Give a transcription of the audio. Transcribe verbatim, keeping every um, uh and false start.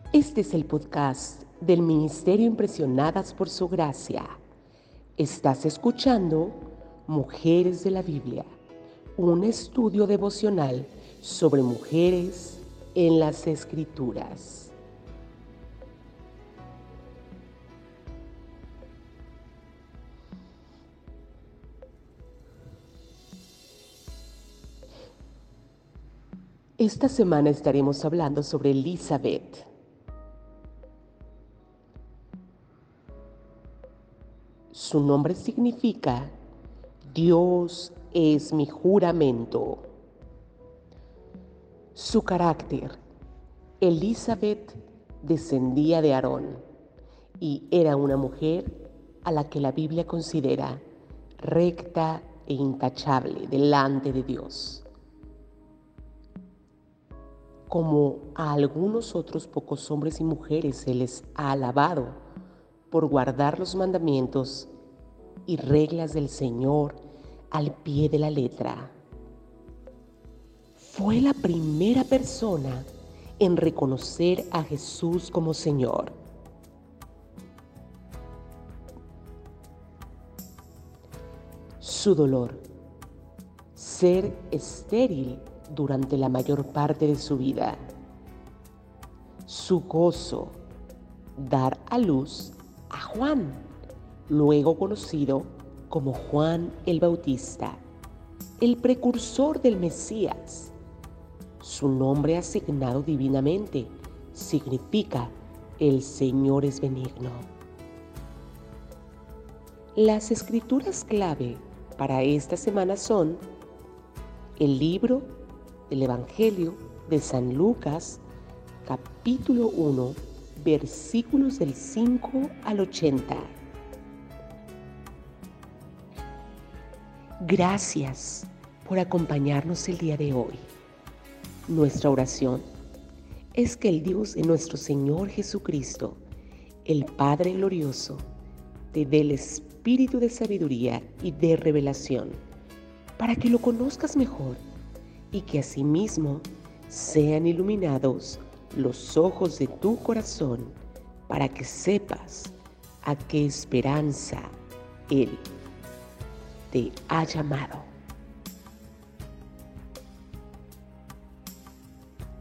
Este es el podcast del Ministerio Impresionadas por Su Gracia. Estás escuchando Mujeres de la Biblia, un estudio devocional sobre mujeres en las Escrituras. Esta semana estaremos hablando sobre Elizabeth. Su nombre significa Dios es mi juramento. Su carácter. Elizabeth descendía de Aarón y era una mujer a la que la Biblia considera recta e intachable delante de Dios. Como a algunos otros pocos hombres y mujeres se les ha alabado por guardar los mandamientos y reglas del Señor al pie de la letra. Fue la primera persona en reconocer a Jesús como Señor. Su dolor, ser estéril durante la mayor parte de su vida. Su gozo, dar a luz a Juan, luego conocido como Juan el Bautista, el precursor del Mesías. Su nombre asignado divinamente significa el Señor es benigno. Las escrituras clave para esta semana son el libro del Evangelio de San Lucas, capítulo uno, versículos del cinco al ochenta. Gracias por acompañarnos el día de hoy. Nuestra oración es que el Dios de nuestro Señor Jesucristo, el Padre glorioso, te dé el espíritu de sabiduría y de revelación para que lo conozcas mejor y que asimismo sean iluminados los ojos de tu corazón para que sepas a qué esperanza Él te ha llamado.